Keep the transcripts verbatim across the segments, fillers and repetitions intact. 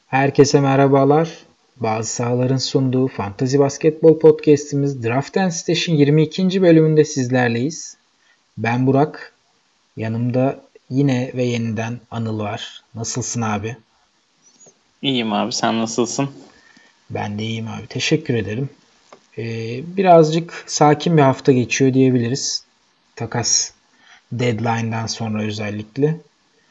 Herkese merhabalar. Bazı sahaların sunduğu Fantasy Basketbol Podcast'imiz Draft and Stash'in yirmi ikinci bölümünde sizlerleyiz. Ben Burak. Yanımda yine ve yeniden Anıl var. Nasılsın abi? İyiyim abi, sen nasılsın? Ben de iyiyim abi. Teşekkür ederim. Ee, birazcık sakin bir hafta geçiyor diyebiliriz. Takas deadline'dan sonra özellikle.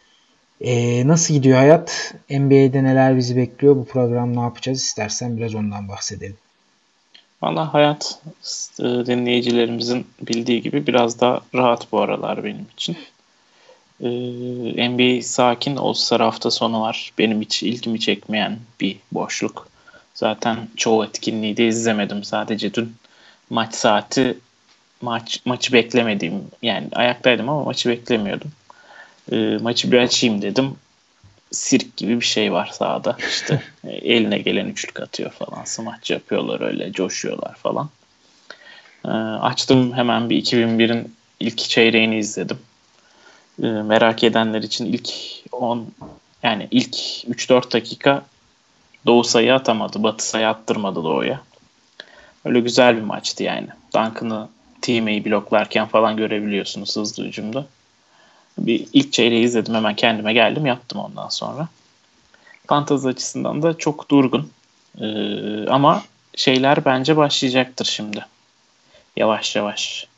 Ee, nasıl gidiyor hayat? N B A'de neler bizi bekliyor? Bu program ne yapacağız? İstersen biraz ondan bahsedelim. Valla hayat e, dinleyicilerimizin bildiği gibi biraz daha rahat bu aralar benim için. Ee, N B A sakin, All-Star hafta sonu var. Benim hiç ilgimi çekmeyen bir boşluk. Zaten çoğu etkinliği de izlemedim. Sadece dün maç saati maç maçı beklemediğim, yani ayaktaydım ama maçı beklemiyordum. Ee, maçı bir açayım dedim. Sirk gibi bir şey var sahada. İşte e, eline gelen üçlük atıyor falan. Smaç yapıyorlar, öyle coşuyorlar falan. Ee, açtım hemen bir iki bin birin ilk çeyreğini izledim. Ee, merak edenler için ilk on, yani ilk üç dört dakika Doğu sayı atamadı. Batı sayı attırmadı Doğu'ya. Öyle güzel bir maçtı yani. Duncan'ı team'i bloklarken falan görebiliyorsunuz hızlı hücumda. Bir ilk çeyreği izledim, hemen kendime geldim, yattım ondan sonra. Fantezi açısından da çok durgun. Ee, ama şeyler bence başlayacaktır şimdi. Yavaş yavaş.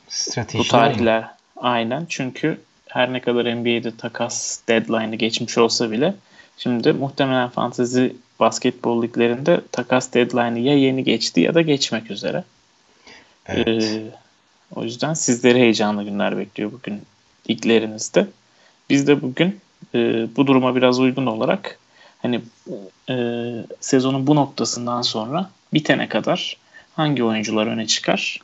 Bu Stratejiler mi? tarihler aynen. Çünkü her ne kadar N B A'de takas deadline'ı geçmiş olsa bile şimdi muhtemelen fantezi basketbol liglerinde takas deadline'ı ya yeni geçti ya da geçmek üzere. Evet. Ee, o yüzden sizleri heyecanlı günler bekliyor bugün liglerinizde. Biz de bugün e, bu duruma biraz uygun olarak hani e, sezonun bu noktasından sonra bitene kadar hangi oyuncular öne çıkar,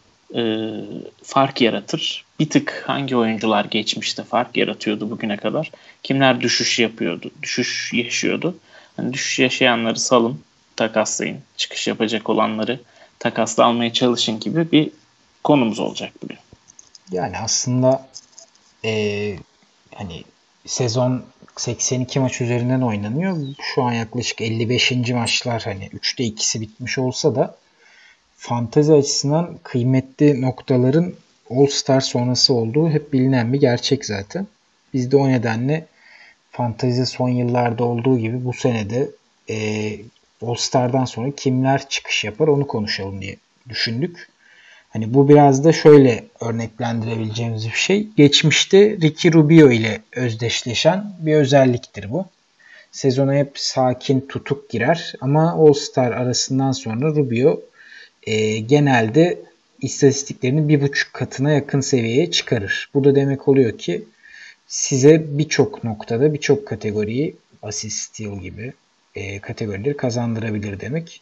e, fark yaratır. Bir tık hangi oyuncular geçmişte fark yaratıyordu bugüne kadar. Kimler düşüş yapıyordu, düşüş yaşıyordu. Hani düşüş yaşayanları salın, takaslayın. Çıkış yapacak olanları takasla almaya çalışın gibi bir konumuz olacak bugün. Yani aslında eee, hani sezon seksen iki maç üzerinden oynanıyor. Şu an yaklaşık elli beşinci maçlar, hani üçte ikisi bitmiş olsa da fantezi açısından kıymetli noktaların All Star sonrası olduğu hep bilinen bir gerçek zaten. Biz de o nedenle fantezi son yıllarda olduğu gibi bu senede eee All Star'dan sonra kimler çıkış yapar onu konuşalım diye düşündük. Hani bu biraz da şöyle örneklendirebileceğimiz bir şey. Geçmişte Ricky Rubio ile özdeşleşen bir özelliktir bu. Sezona hep sakin, tutuk girer ama All-Star arasından sonra Rubio e, genelde istatistiklerini bir buçuk katına yakın seviyeye çıkarır. Bu da demek oluyor ki size birçok noktada, birçok kategoriyi, asist, steal gibi e, kategorileri kazandırabilir demek.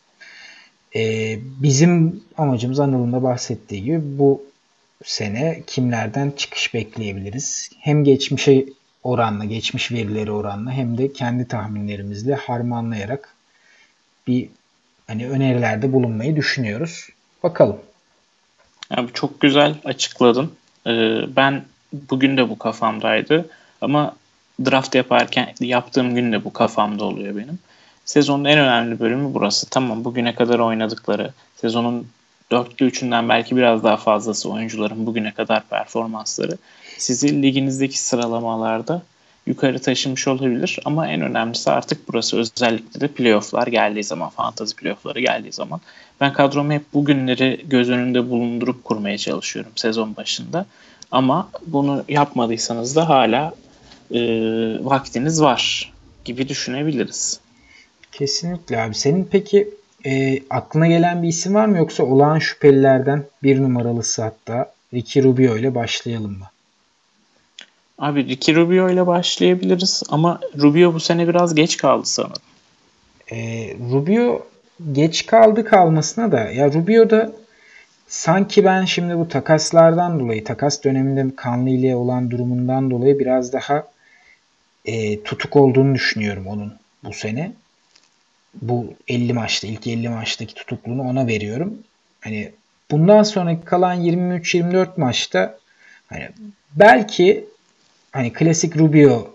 Ee, bizim amacımız Anıl'ın da bahsettiği gibi bu sene kimlerden çıkış bekleyebiliriz? Hem geçmişe oranla, geçmiş verileri oranla hem de kendi tahminlerimizle harmanlayarak bir hani önerilerde bulunmayı düşünüyoruz. Bakalım. Abi çok güzel açıkladın. Ee, ben bugün de bu kafamdaydı ama draft yaparken yaptığım gün de bu kafamda oluyor benim. Sezonun en önemli bölümü burası. Tamam, bugüne kadar oynadıkları, sezonun dörtte üçünden belki biraz daha fazlası oyuncuların bugüne kadar performansları sizi liginizdeki sıralamalarda yukarı taşımış olabilir. Ama en önemlisi artık burası, özellikle de playofflar geldiği zaman, fantasy playoffları geldiği zaman. Ben kadromu hep bugünleri göz önünde bulundurup kurmaya çalışıyorum sezon başında. Ama bunu yapmadıysanız da hala e, vaktiniz var gibi düşünebiliriz. Kesinlikle abi. Senin peki e, aklına gelen bir isim var mı, yoksa olağan şüphelilerden bir numaralısı hatta Ricky Rubio ile başlayalım mı? Abi Ricky Rubio ile başlayabiliriz ama Rubio bu sene biraz geç kaldı sanırım. E, Rubio geç kaldı kalmasına da, ya Rubio da sanki ben şimdi bu takaslardan dolayı, takas döneminde Conley ile olan durumundan dolayı biraz daha e, tutuk olduğunu düşünüyorum onun bu sene. Bu elli maçta, ilk elli maçtaki tutukluğunu ona veriyorum. Hani bundan sonraki kalan yirmi üç yirmi dört maçta hani belki hani klasik Rubio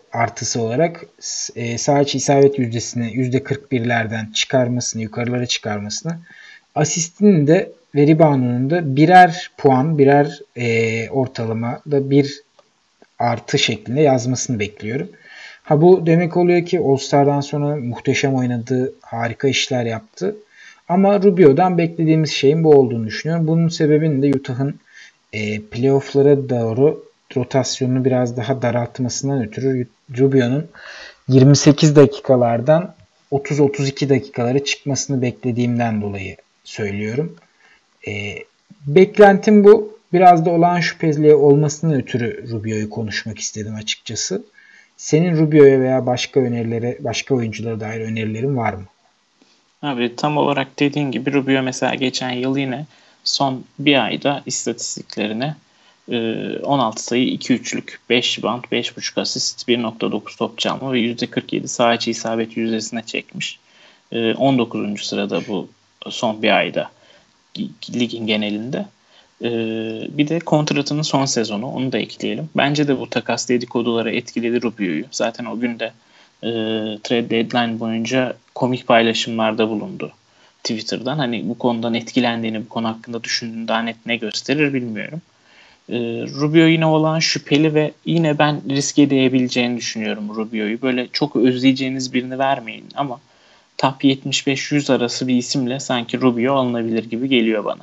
artısı olarak e, sağ içi isabet yüzdesini yüzde kırk birlerden çıkarmasını, yukarılara çıkarmasını, asistinin de ve reboundunun da birer puan, birer e, ortalama da bir artı şeklinde yazmasını bekliyorum. Ha bu demek oluyor ki All-Star'dan sonra muhteşem oynadı, harika işler yaptı. Ama Rubio'dan beklediğimiz şeyin bu olduğunu düşünüyorum. Bunun sebebini de Utah'ın e, playoff'lara doğru rotasyonunu biraz daha daraltmasından ötürü Rubio'nun yirmi sekiz dakikalardan otuz otuz iki dakikalara çıkmasını beklediğimden dolayı söylüyorum. E, beklentim bu. Biraz da olağan şüpheli olmasından ötürü Rubio'yu konuşmak istedim açıkçası. Senin Rubio'ya veya başka önerilere, başka oyunculara dair önerilerin var mı? Abi tam olarak dediğin gibi Rubio mesela geçen yıl yine son bir ayda istatistiklerine on altı sayı, iki üçlük, beş rebound, beş buçuk asist, bir nokta dokuz top çalma ve yüzde kırk yedi sağ içi isabet yüzdesine çekmiş. on dokuzuncu sırada bu son bir ayda ligin genelinde. Bir de kontratının son sezonu, onu da ekleyelim. Bence de bu takas dedikoduları etkiledi Rubio'yu. Zaten o gün de e, trade deadline boyunca komik paylaşımlarda bulundu Twitter'dan. Hani bu konudan etkilendiğini, bu konu hakkında düşündüğünü daha net ne gösterir bilmiyorum. E, Rubio yine olan şüpheli ve yine ben risk edebileceğini düşünüyorum Rubio'yu. Böyle çok özleyeceğiniz birini vermeyin ama top yetmiş beş yüz arası bir isimle sanki Rubio alınabilir gibi geliyor bana.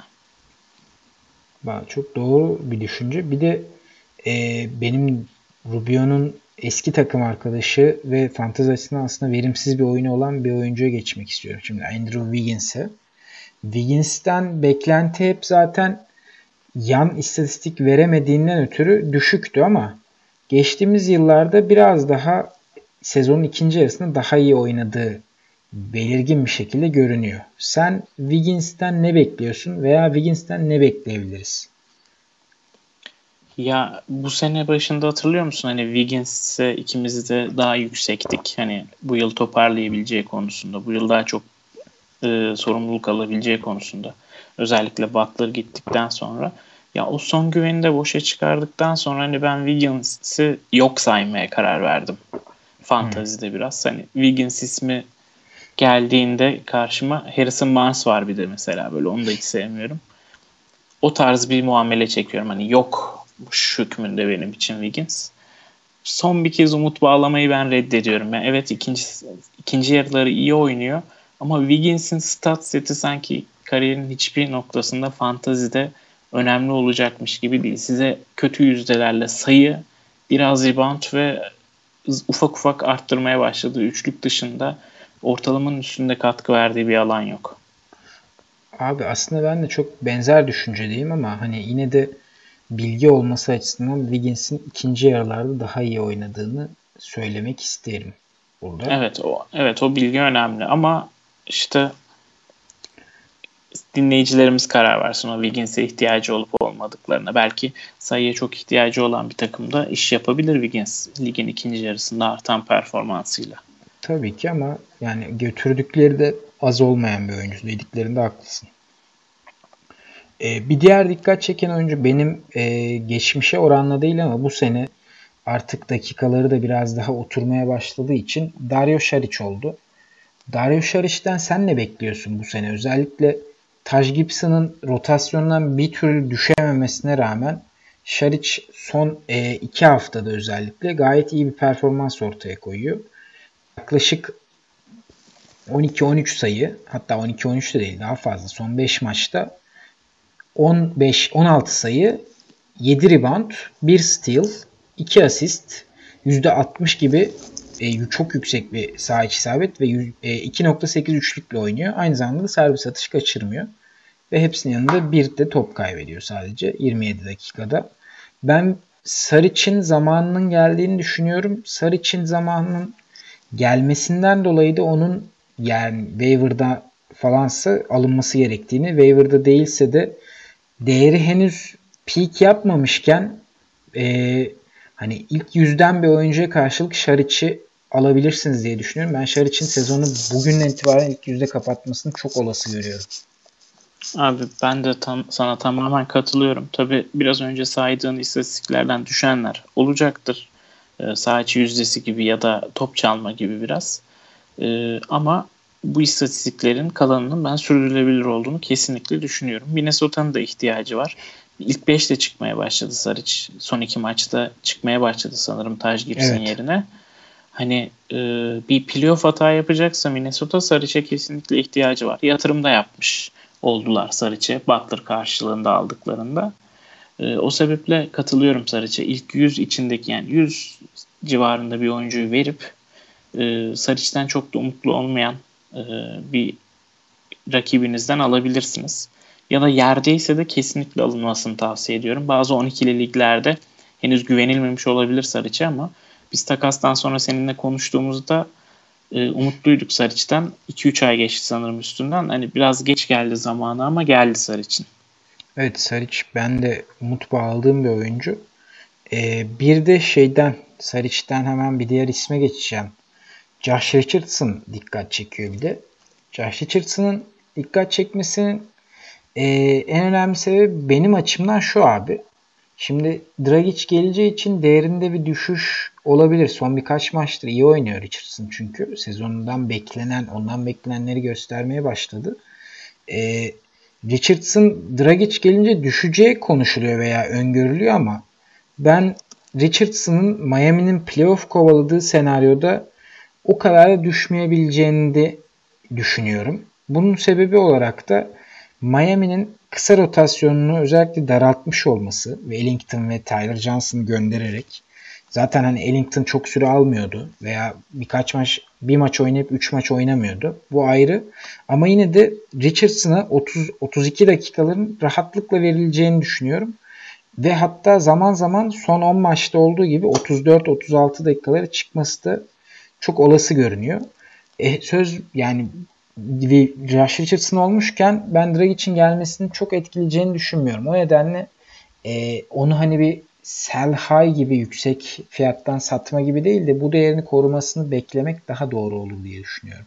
Çok doğru bir düşünce. Bir de e, benim Rubio'nun eski takım arkadaşı ve fantezi açısından aslında verimsiz bir oyunu olan bir oyuncuya geçmek istiyorum. Şimdi Andrew Wiggins'e. Wiggins'ten beklenti hep zaten yan istatistik veremediğinden ötürü düşüktü ama geçtiğimiz yıllarda biraz daha sezonun ikinci yarısında daha iyi oynadığı belirgin bir şekilde görünüyor. Sen Wiggins'ten ne bekliyorsun veya Wiggins'ten ne bekleyebiliriz? Ya bu sene başında hatırlıyor musun? Hani Wiggins'e ikimiz de daha yüksektik. Hani bu yıl toparlayabileceği konusunda. Bu yıl daha çok e, sorumluluk alabileceği konusunda. Özellikle Butler gittikten sonra. Ya o son güveni de boşa çıkardıktan sonra hani ben Wiggins'i yok saymaya karar verdim. Fantazide hmm. biraz. Hani Wiggins ismi geldiğinde karşıma Harrison Barnes var bir de mesela böyle. Onu da hiç sevmiyorum. O tarz bir muamele çekiyorum. Hani yok hükmünde benim için Wiggins. Son bir kez umut bağlamayı ben reddediyorum. Yani evet ikinci, ikinci yarıları iyi oynuyor. Ama Wiggins'in stat seti sanki kariyerin hiçbir noktasında fantazide önemli olacakmış gibi değil. Size kötü yüzdelerle sayı, biraz rebound ve ufak ufak arttırmaya başladığı üçlük dışında ortalamanın üstünde katkı verdiği bir alan yok. Abi aslında ben de çok benzer düşüncedeyim ama hani yine de bilgi olması açısından Wiggins'in ikinci yarılarda daha iyi oynadığını söylemek isterim burada. Evet o evet o bilgi önemli ama işte dinleyicilerimiz karar versin o Wiggins'e ihtiyacı olup olmadıklarına. Belki sayıya çok ihtiyacı olan bir takımda iş yapabilir Wiggins ligin ikinci yarısında artan performansıyla. Tabii ki ama yani götürdükleri de az olmayan bir oyuncu. Dediklerinde haklısın. Ee, bir diğer dikkat çeken oyuncu benim e, geçmişe oranla değil ama bu sene artık dakikaları da biraz daha oturmaya başladığı için Dario Saric oldu. Dario Saric'ten sen ne bekliyorsun bu sene? Özellikle Taj Gibson'ın rotasyondan bir türlü düşememesine rağmen Saric son e, iki haftada özellikle gayet iyi bir performans ortaya koyuyor. Yaklaşık on iki on üç sayı, hatta on iki on üç de değil daha fazla, son beş maçta on beş on altı sayı, yedi rebound, bir steal, iki asist, yüzde altmış gibi e, çok yüksek bir sağ içi isabet ve e, iki nokta sekiz üçlükle oynuyor. Aynı zamanda da servis atış kaçırmıyor. Ve hepsinin yanında bir de top kaybediyor sadece yirmi yedi dakikada. Ben Saric'in zamanının geldiğini düşünüyorum. Saric'in zamanının gelmesinden dolayı da onun yani waiver'da falansa alınması gerektiğini, waiver'da değilse de değeri henüz peak yapmamışken e, hani ilk yüzden bir oyuncuya karşılık Saric'i alabilirsiniz diye düşünüyorum. Ben Saric'in sezonu bugünden itibaren ilk yüzde kapatmasını çok olası görüyorum. Abi ben de tam, sana tamamen katılıyorum. Tabii biraz önce saydığın istatistiklerden düşenler olacaktır. E, sağ içi yüzdesi gibi ya da top çalma gibi biraz. E, ama bu istatistiklerin kalanının ben sürdürülebilir olduğunu kesinlikle düşünüyorum. Minnesota'nın da ihtiyacı var. İlk beşte çıkmaya başladı Saric. Son iki maçta çıkmaya başladı sanırım Taj Gibson Evet. yerine. Hani e, bir playoff hata yapacaksa Minnesota Saric'e kesinlikle ihtiyacı var. Yatırım da yapmış oldular Saric'e Butler karşılığında aldıklarında. E, o sebeple katılıyorum Saric'e. İlk yüz içindeki yani yüz civarında bir oyuncuyu verip e, Saric'ten çok da umutlu olmayan e, bir rakibinizden alabilirsiniz. Ya da yerdeyse de kesinlikle alınmasını tavsiye ediyorum. Bazı on ikili liglerde henüz güvenilmemiş olabilir Saric'e ama biz takastan sonra seninle konuştuğumuzda e, umutluyduk Saric'ten. iki üç ay geçti sanırım üstünden. Hani biraz geç geldi zamanı ama geldi Saric'in. Evet, Saric ben de umut bağladığım bir oyuncu. Ee, bir de şeyden Saric'ten hemen bir diğer isme geçeceğim. Josh Richardson dikkat çekiyor bir de. Josh Richardson'ın dikkat çekmesinin e, en önemli sebebi benim açımdan şu abi. Şimdi Dragic geleceği için değerinde bir düşüş olabilir. Son birkaç maçtır iyi oynuyor Richardson çünkü. Sezonundan beklenen, ondan beklenenleri göstermeye başladı. Ee, Richardson Dragic gelince düşeceği konuşuluyor veya öngörülüyor ama ben Richardson'ın Miami'nin playoff kovaladığı senaryoda o kadar da düşmeyebileceğini de düşünüyorum. Bunun sebebi olarak da Miami'nin kısa rotasyonunu özellikle daraltmış olması ve Ellington ve Tyler Johnson'ı göndererek zaten hani Ellington çok süre almıyordu veya birkaç maç bir maç oynayıp üç maç oynamıyordu. Bu ayrı. Ama yine de Richardson'a otuz otuz iki dakikaların rahatlıkla verileceğini düşünüyorum. Ve hatta zaman zaman son on maçta olduğu gibi otuz dört otuz altı dakikalara çıkması da çok olası görünüyor. E, söz yani Josh Richardson olmuşken ben Dragic'in gelmesinin çok etkileyeceğini düşünmüyorum. O nedenle e, onu hani bir sell high gibi yüksek fiyattan satma gibi değil de bu değerini korumasını beklemek daha doğru olur diye düşünüyorum.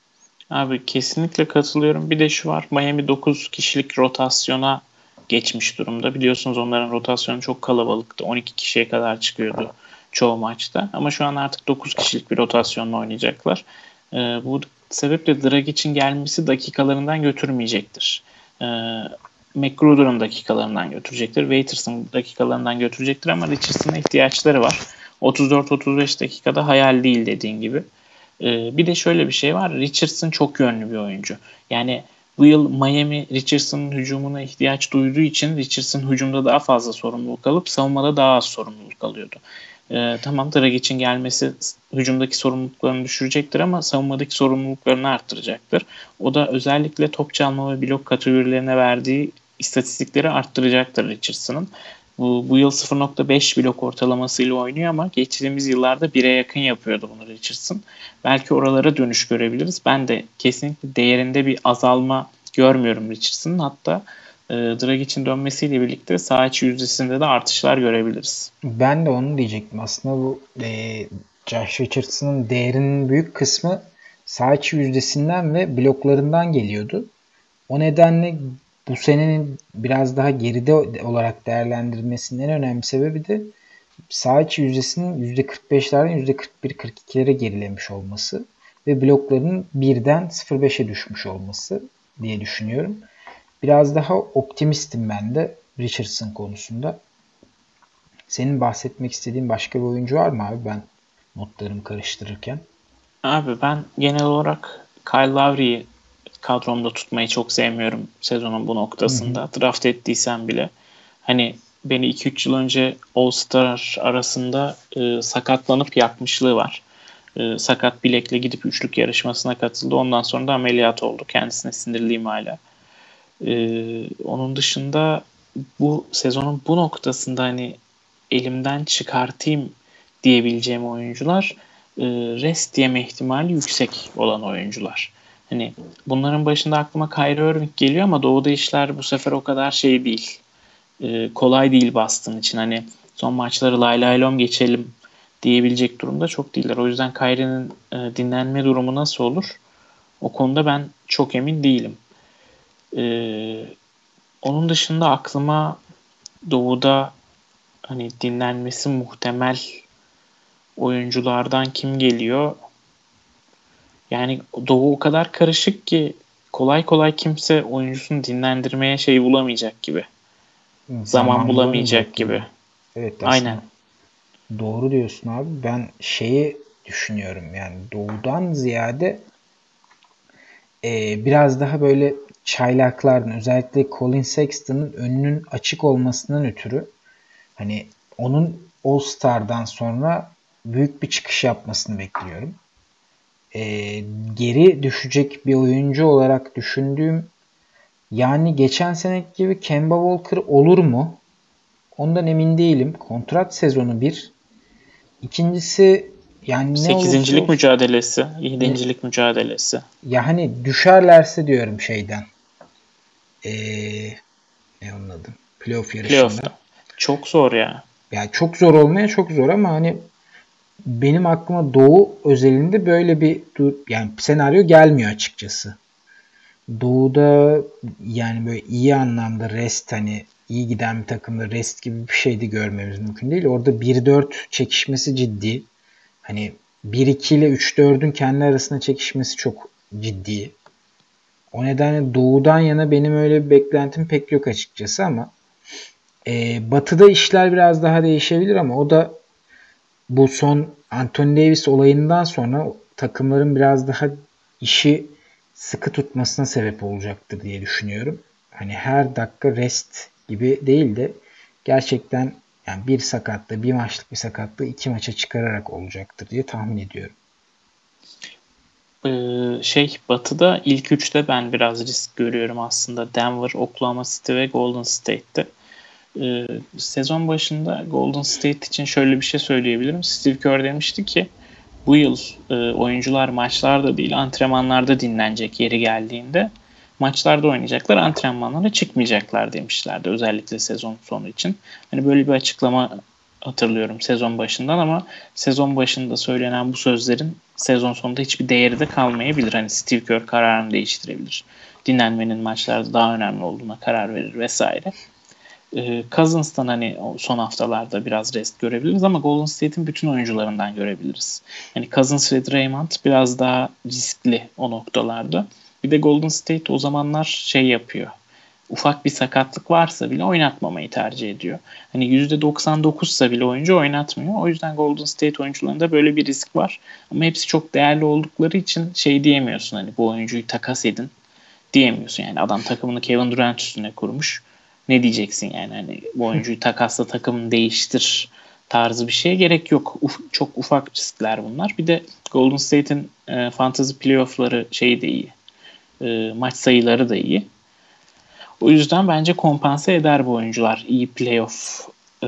Abi kesinlikle katılıyorum. Bir de şu var. Miami dokuz kişilik rotasyona geçmiş durumda. Biliyorsunuz onların rotasyonu çok kalabalıktı. on iki kişiye kadar çıkıyordu çoğu maçta. Ama şu an artık dokuz kişilik bir rotasyonla oynayacaklar. Ee, bu sebeple Dragic'in gelmesi dakikalarından götürmeyecektir. Ee, McGruder'ın dakikalarından götürecektir. Waiters'ın dakikalarından götürecektir ama Richardson'a ihtiyaçları var. otuz dört otuz beş dakikada hayal değil dediğin gibi. Ee, bir de şöyle bir şey var. Richardson çok yönlü bir oyuncu. Yani bu yıl Miami Richardson'ın hücumuna ihtiyaç duyduğu için Richardson hücumda daha fazla sorumluluk alıp savunmada daha az sorumluluk alıyordu. Ee, tamam Dragic'in gelmesi hücumdaki sorumluluklarını düşürecektir ama savunmadaki sorumluluklarını arttıracaktır. O da özellikle top çalma ve blok kategorilerine verdiği istatistikleri arttıracaktır Richardson'ın. Bu, bu yıl sıfır nokta beş blok ortalamasıyla oynuyor ama geçtiğimiz yıllarda bire yakın yapıyordu bunu Richardson. Belki oralara dönüş görebiliriz. Ben de kesinlikle değerinde bir azalma görmüyorum Richardson'ın. Hatta e, Dragic'in dönmesiyle birlikte sağ içi yüzdesinde de artışlar görebiliriz. Ben de onu diyecektim. Aslında bu e, Josh Richardson'ın değerinin büyük kısmı sağ içi yüzdesinden ve bloklarından geliyordu. O nedenle bu senenin biraz daha geride olarak değerlendirilmesinin en önemli sebebi de sağ içi yüzdesinin yüzde kırk beşlerden yüzde kırk bir kırk ikilere gerilemiş olması ve bloklarının birden sıfır virgül beşe düşmüş olması diye düşünüyorum. Biraz daha optimistim ben de Richardson konusunda. Senin bahsetmek istediğin başka bir oyuncu var mı abi ben notlarımı karıştırırken? Abi ben genel olarak Kyle Lowry'yi kadromda tutmayı çok sevmiyorum sezonun bu Hı hı. noktasında. Draft ettiysem bile. Hani beni iki üç yıl önce All-Star arasında e, sakatlanıp yakmışlığı var. E, sakat bilekle gidip üçlük yarışmasına katıldı. Ondan sonra da ameliyat oldu. Kendisine sinirliyim hala. E, onun dışında bu sezonun bu noktasında hani elimden çıkartayım diyebileceğim oyuncular e, rest yeme ihtimali yüksek olan oyuncular. Hani bunların başında aklıma Kyrie Irving geliyor ama Doğu'da işler bu sefer o kadar şey değil. E, kolay değil Boston için. Hani son maçları lay lay lom geçelim diyebilecek durumda çok değiller. O yüzden Kyrie'nin e, dinlenme durumu nasıl olur? O konuda ben çok emin değilim. E, onun dışında aklıma Doğu'da hani dinlenmesi muhtemel oyunculardan kim geliyor? Yani Doğu o kadar karışık ki kolay kolay kimse oyuncusunu dinlendirmeye şey bulamayacak gibi. Zaman, Zaman bulamayacak gibi. gibi. Evet, aynen. Doğru diyorsun abi. Ben şeyi düşünüyorum, yani Doğu'dan ziyade e, biraz daha böyle çaylaklardan, özellikle Colin Sexton'ın önünün açık olmasından ötürü hani onun All-Star'dan sonra büyük bir çıkış yapmasını bekliyorum. E, geri düşecek bir oyuncu olarak düşündüğüm, yani geçen seneki gibi Kemba Walker olur mu? Ondan emin değilim. Kontrat sezonu bir. İkincisi, yani ne olursa sekizincilik olsun, mücadelesi, yedincilik mücadelesi. ya hani düşerlerse diyorum şeyden. Ee, ne onun adı? Playoff yarışında. Playoff'ta. Çok zor ya. Yani çok zor olmaya çok zor ama hani benim aklıma Doğu özelinde böyle bir yani senaryo gelmiyor açıkçası. Doğu'da yani böyle iyi anlamda rest, hani iyi giden bir takımda rest gibi bir şey de görmemiz mümkün değil. Orada bir dört çekişmesi ciddi. Hani bir iki ile üç dördün kendi arasında çekişmesi çok ciddi. O nedenle Doğu'dan yana benim öyle bir beklentim pek yok açıkçası ama e, Batı'da işler biraz daha değişebilir ama o da bu son Anthony Davis olayından sonra takımların biraz daha işi sıkı tutmasına sebep olacaktır diye düşünüyorum. Hani her dakika rest gibi değil de gerçekten yani bir sakatlığı, bir maçlık bir sakatlığı iki maça çıkararak olacaktır diye tahmin ediyorum. Ee, şey Batı'da ilk üçte ben biraz risk görüyorum aslında. Denver, Oklahoma City ve Golden State'te. Ee, sezon başında Golden State için şöyle bir şey söyleyebilirim. Steve Kerr demişti ki bu yıl e, oyuncular maçlarda değil antrenmanlarda dinlenecek yeri geldiğinde. Maçlarda oynayacaklar, antrenmanlara çıkmayacaklar demişlerdi. Özellikle sezon sonu için. Hani böyle bir açıklama hatırlıyorum sezon başından ama sezon başında söylenen bu sözlerin sezon sonunda hiçbir değeri de kalmayabilir. Hani Steve Kerr kararını değiştirebilir. Dinlenmenin maçlarda daha önemli olduğuna karar verir vesaire. Ee, Cousins'tan hani son haftalarda biraz rest görebiliriz ama Golden State'in bütün oyuncularından görebiliriz. Yani Cousins ve Draymond biraz daha riskli o noktalarda. Bir de Golden State o zamanlar şey yapıyor. Ufak bir sakatlık varsa bile oynatmamayı tercih ediyor. Hani yüzde doksan dokuzsa bile oyuncu oynatmıyor. O yüzden Golden State oyuncularında böyle bir risk var. Ama hepsi çok değerli oldukları için şey diyemiyorsun, hani bu oyuncuyu takas edin diyemiyorsun. Yani adam takımını Kevin Durant üstüne kurmuş. Ne diyeceksin yani, hani bu oyuncuyu takasla takımını değiştir tarzı bir şeye gerek yok. Uf, çok ufak riskler bunlar. Bir de Golden State'in e, fantasy playoff'ları şeyi de iyi. E, maç sayıları da iyi. O yüzden bence kompanse eder bu oyuncular. İyi playoff e,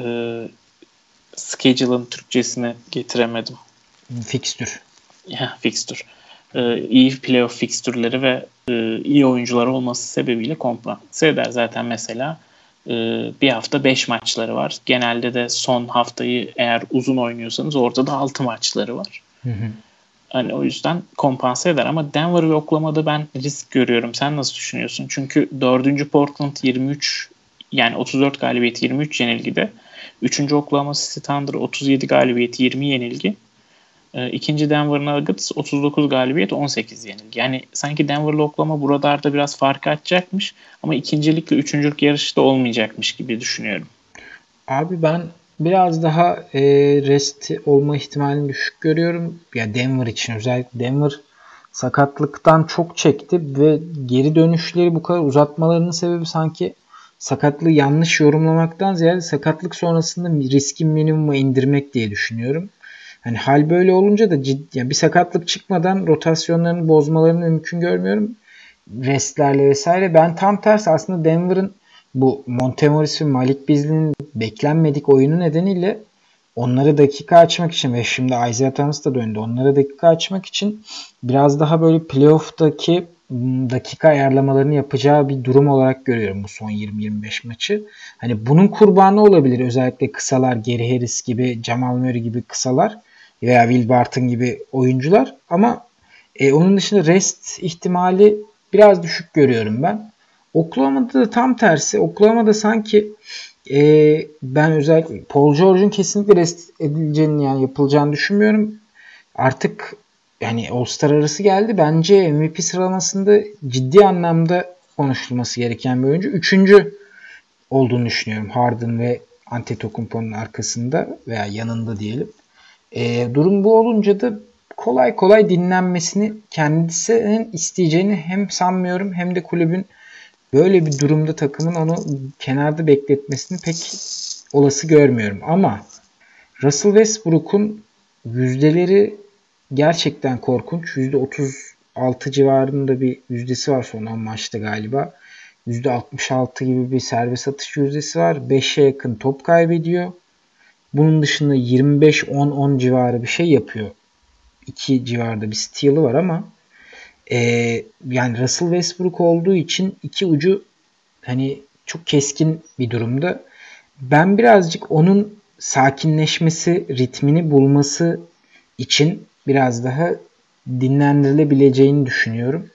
schedule'ın Türkçesine getiremedim. Fikstür. Ya, fikstür. E, iyi playoff fikstürleri ve e, iyi oyuncular olması sebebiyle kompanse eder. Zaten mesela e, bir hafta beş maçları var. Genelde de son haftayı eğer uzun oynuyorsanız orada da altı maçları var. Hı hı. Hani o yüzden kompanse eder ama Denver ve Oklahoma'da ben risk görüyorum. Sen nasıl düşünüyorsun? Çünkü dördüncü Portland yirmi üç, yani otuz dört galibiyet yirmi üç yenilgide. üçüncü Oklahoma City Thunder otuz yedi galibiyet yirmi yenilgi. İkinci Denver Nuggets otuz dokuz galibiyet on sekiz yenilgi. Yani sanki Denver'la Oklahoma buralarda biraz fark açacakmış ama ikincilikle üçüncülük yarışı da olmayacakmış gibi düşünüyorum. Abi ben biraz daha e, rest olma ihtimalini düşük görüyorum. Ya Denver için özellikle Denver sakatlıktan çok çekti ve geri dönüşleri bu kadar uzatmalarının sebebi sanki sakatlığı yanlış yorumlamaktan ziyade sakatlık sonrasında riski minimuma indirmek diye düşünüyorum. Hani hal böyle olunca da ciddi, yani bir sakatlık çıkmadan rotasyonlarını bozmalarını mümkün görmüyorum. Restlerle vesaire. Ben tam tersi aslında Denver'ın bu Montemoris ve Malik Beasley'nin beklenmedik oyunu nedeniyle onlara dakika açmak için ve şimdi Isaiah Thomas da döndü. Onlara dakika açmak için biraz daha böyle playoff'taki dakika ayarlamalarını yapacağı bir durum olarak görüyorum bu son yirmi yirmi beş maçı. Hani bunun kurbanı olabilir. Özellikle kısalar, Gary Harris gibi, Jamal Murray gibi kısalar veya Will Barton gibi oyuncular. Ama e, onun dışında rest ihtimali biraz düşük görüyorum ben. Oklahoma'da da tam tersi. Oklahoma'da sanki Ee, ben özellikle Paul George'un kesinlikle rest edileceğini, yani yapılacağını düşünmüyorum. Artık yani All-Star arası geldi. Bence M V P sıralamasında ciddi anlamda konuşulması gereken bir oyuncu. Üçüncü olduğunu düşünüyorum. Harden ve Antetokounmpo'nun arkasında veya yanında diyelim. E, durum bu olunca da kolay kolay dinlenmesini kendisinin isteyeceğini hem sanmıyorum hem de kulübün böyle bir durumda takımın onu kenarda bekletmesini pek olası görmüyorum. Ama Russell Westbrook'un yüzdeleri gerçekten korkunç. yüzde otuz altı civarında bir yüzdesi var son on maçta galiba. yüzde altmış altı gibi bir serbest atış yüzdesi var. beşe yakın top kaybediyor. Bunun dışında yirmi beş on on civarı bir şey yapıyor. iki civarında bir steal'ı var ama e, yani Russell Westbrook olduğu için iki ucu hani çok keskin bir durumda. Ben birazcık onun sakinleşmesi, ritmini bulması için biraz daha dinlendirilebileceğini düşünüyorum.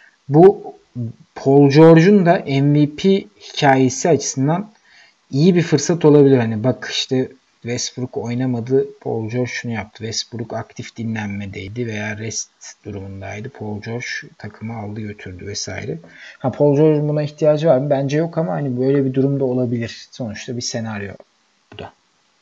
Bu Paul George'un da M V P hikayesi açısından iyi bir fırsat olabilir. Hani bak işte Westbrook oynamadı. Paul George şunu yaptı. Westbrook aktif dinlenmedeydi veya rest durumundaydı. Paul George takımı aldı götürdü vesaire. Ha, Paul George'un buna ihtiyacı var mı? Bence yok ama hani böyle bir durumda olabilir. Sonuçta bir senaryo bu da.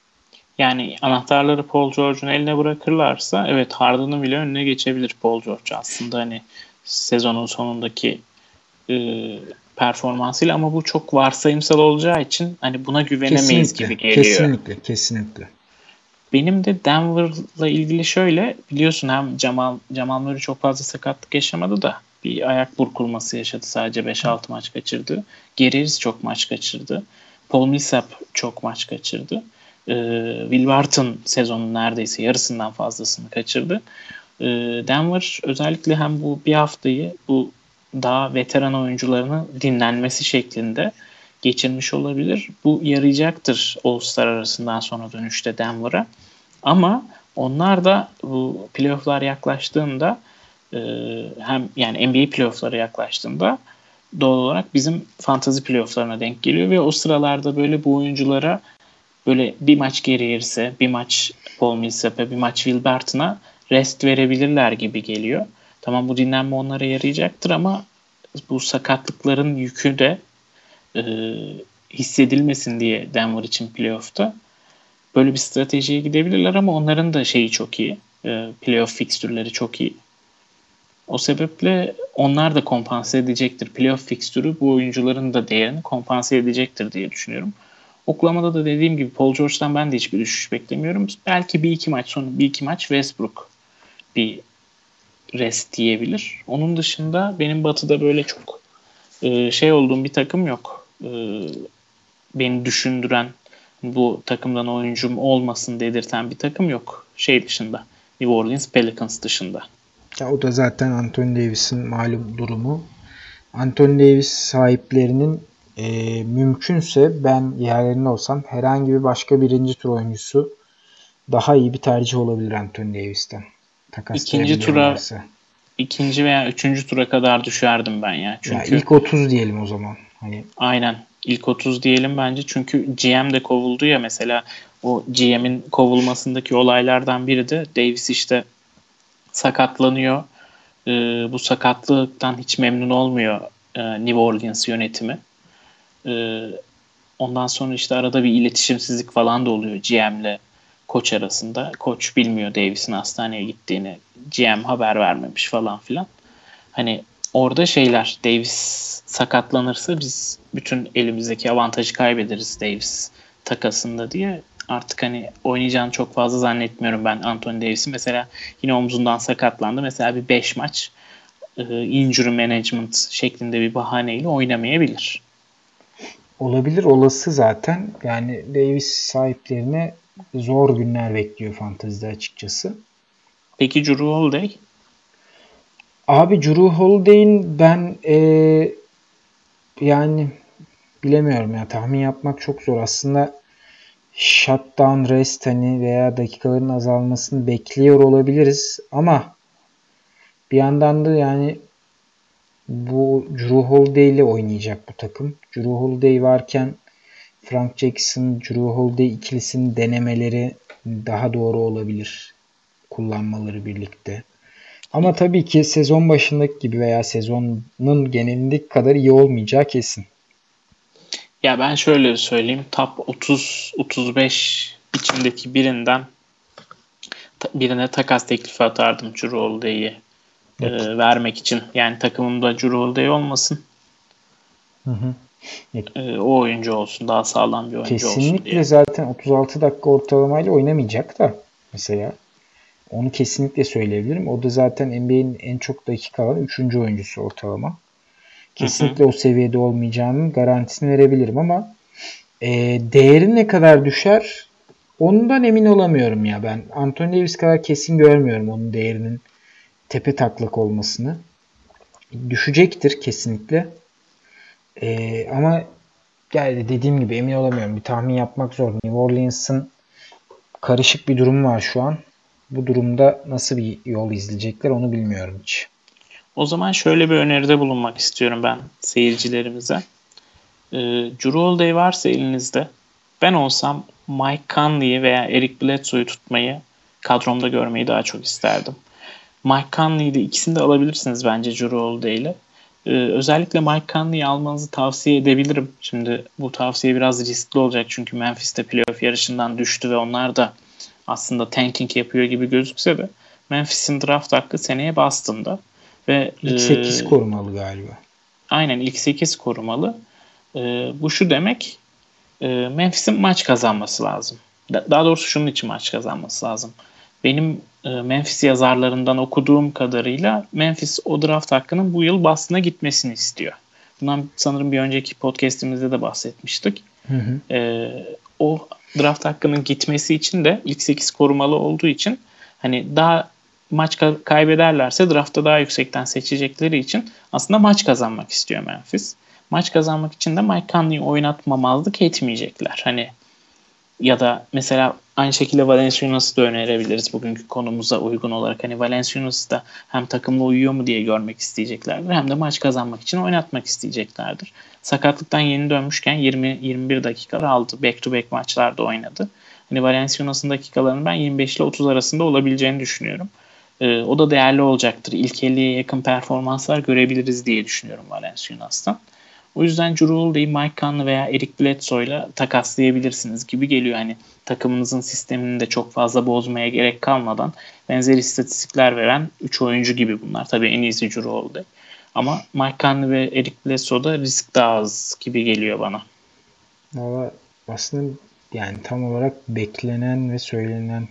Yani anahtarları Paul George'un eline bırakırlarsa evet Harden'ın bile önüne geçebilir Paul George aslında hani sezonun sonundaki e, performansıyla ama bu çok varsayımsal olacağı için hani buna güvenemeyiz gibi Kesinlikle. geliyor. Kesinlikle. Kesinlikle. Benim de Denver'la ilgili şöyle biliyorsun hem Jamal, Jamal Murray çok fazla sakatlık yaşamadı da bir ayak burkulması yaşadı sadece beş altı maç kaçırdı. Gary Harris çok maç kaçırdı. Paul Millsap çok maç kaçırdı. Ee, Will Barton sezonun neredeyse yarısından fazlasını kaçırdı. Ee, Denver özellikle hem bu bir haftayı bu daha veteran oyuncularının dinlenmesi şeklinde geçirmiş olabilir. Bu yarayacaktır All-Star arasından sonra dönüşte Denver'a. Ama onlar da bu playoff'lar yaklaştığında e, hem yani N B A playoff'ları yaklaştığında doğal olarak bizim fantasy playoff'larına denk geliyor ve o sıralarda böyle bu oyunculara böyle bir maç geri yerse, bir maç Paul Millsap'e, bir maç Will Barton'a rest verebilirler gibi geliyor. Tamam bu dinlenme onlara yarayacaktır ama bu sakatlıkların yükü de e, hissedilmesin diye Denver için playoff'ta böyle bir stratejiye gidebilirler ama onların da şeyi çok iyi. E, playoff fikstürleri çok iyi. O sebeple onlar da kompanse edecektir. Playoff fikstürü bu oyuncuların da değerini kompanse edecektir diye düşünüyorum. Oklahoma'da da dediğim gibi Paul George'dan ben de hiçbir düşüş beklemiyorum. Belki bir iki maç sonra bir iki maç Westbrook bir rest diyebilir. Onun dışında benim Batı'da böyle çok e, şey olduğum bir takım yok. E, beni düşündüren bu takımdan oyuncum olmasın dedirten bir takım yok. Şey dışında. New Orleans Pelicans dışında. Ya o da zaten Anthony Davis'in malum durumu. Anthony Davis sahiplerinin e, mümkünse ben yerlerinde olsam herhangi bir başka birinci tur oyuncusu daha iyi bir tercih olabilir Anthony Davis'ten. İkinci tura Takaslayabiliyorlarsa. ikinci veya üçüncü tura kadar düşerdim ben ya. Ya Çünkü ilk otuz diyelim o zaman. Hani aynen ilk otuz diyelim bence. Çünkü G M de kovuldu ya mesela o G M'in kovulmasındaki olaylardan biri de Davis işte sakatlanıyor. Ee, bu sakatlıktan hiç memnun olmuyor e, New Orleans yönetimi. Ee, ondan sonra işte arada bir iletişimsizlik falan da oluyor G M'le koç arasında. Koç bilmiyor Davis'in hastaneye gittiğini. G M haber vermemiş falan filan. Hani orada şeyler Davis sakatlanırsa biz bütün elimizdeki avantajı kaybederiz Davis takasında diye artık hani oynayacağını çok fazla zannetmiyorum ben Anthony Davis'in. Mesela yine omzundan sakatlandı. Mesela bir beş maç e, injury management şeklinde bir bahaneyle oynamayabilir. olabilir, olası zaten. Yani Davis sahiplerine zor günler bekliyor fantezide açıkçası. Peki Drew Holiday? Abi Drew Holiday'in ben ee, yani bilemiyorum ya, tahmin yapmak çok zor. Aslında shutdown rest hani veya dakikaların azalmasını bekliyor olabiliriz ama bir yandan da yani bu Drew Holiday ile oynayacak bu takım. Drew Holiday varken Frank Jackson, Jrue Holiday ikilisinin denemeleri daha doğru olabilir. Kullanmaları birlikte. Ama tabii ki sezon başındaki gibi veya sezonun genelindeki kadar iyi olmayacağı kesin. Ya ben şöyle söyleyeyim. Top otuz otuz beş içindeki birinden birine takas teklifi atardım Jrue Holiday'i e, vermek için. Yani takımımda Jrue Holiday olmasın. Hı hı. E, o oyuncu olsun. Daha sağlam bir oyuncu Kesinlikle olsun diye. Kesinlikle zaten otuz altı dakika ortalamayla oynamayacak da mesela. Onu kesinlikle söyleyebilirim. O da zaten N B A'in en çok dakika alan üçüncü oyuncusu ortalama. Kesinlikle hı hı. O seviyede olmayacağının garantisini verebilirim ama e, değeri ne kadar düşer ondan emin olamıyorum ya ben. Anthony Davis kadar kesin görmüyorum onun değerinin tepe taklak olmasını. Düşecektir kesinlikle. E, ama yani dediğim gibi emin olamıyorum. Bir tahmin yapmak zor. New Orleans'ın karışık bir durum var şu an. Bu durumda nasıl bir yol izleyecekler onu bilmiyorum hiç. O zaman şöyle bir öneride bulunmak istiyorum ben seyircilerimize. Ee, Jrue Holiday varsa elinizde, ben olsam Mike Conley'i veya Eric Bledsoe'yu tutmayı kadromda görmeyi daha çok isterdim. Mike Conley'i de ikisini de alabilirsiniz bence Jrue Holiday ile. Ee, özellikle Mike Conley'i almanızı tavsiye edebilirim. Şimdi bu tavsiye biraz riskli olacak çünkü Memphis'te playoff yarışından düştü ve onlar da aslında tanking yapıyor gibi gözükse de Memphis'in draft hakkı seneye Boston'da. Ve İlk e, sekiz korumalı galiba. Aynen ilk sekiz korumalı. E, bu şu demek, e, Memphis'in maç kazanması lazım. Da, daha doğrusu şunun için maç kazanması lazım. Benim e, Memphis yazarlarından okuduğum kadarıyla Memphis o draft hakkının bu yıl Boston'a gitmesini istiyor. Bundan sanırım bir önceki podcastimizde de bahsetmiştik. Hı hı. E, o draft hakkının gitmesi için de ilk sekiz korumalı olduğu için hani daha maç kaybederlerse draftta daha yüksekten seçecekleri için aslında maç kazanmak istiyor Memphis. Maç kazanmak için de Mike Conley'i oynatmamazlık etmeyecekler. Hani ya da mesela aynı şekilde Valanciunas'ı da önerebiliriz bugünkü konumuza uygun olarak. Hani Valanciunas da hem takımla uyuyor mu diye görmek isteyeceklerdir hem de maç kazanmak için oynatmak isteyeceklerdir. Sakatlıktan yeni dönmüşken yirmi yirmi bir dakika aldı. Back to back maçlarda oynadı. Hani Valanciunas'ın dakikalarının ben yirmi beş ile otuz arasında olabileceğini düşünüyorum. Ee, o da değerli olacaktır. İlk elliye yakın performanslar görebiliriz diye düşünüyorum Valanciunas'tan. O yüzden Jrue Holiday'i Mike Conley veya Eric Bledsoe'yla takaslayabilirsiniz gibi geliyor. Hani takımınızın sistemini de çok fazla bozmaya gerek kalmadan benzer istatistikler veren üç oyuncu gibi bunlar. Tabii en iyisi Jrue Holiday. Ama Mike Conley ve Eric Bledsoe'da risk daha az gibi geliyor bana. Valla aslında yani tam olarak beklenen ve söylenen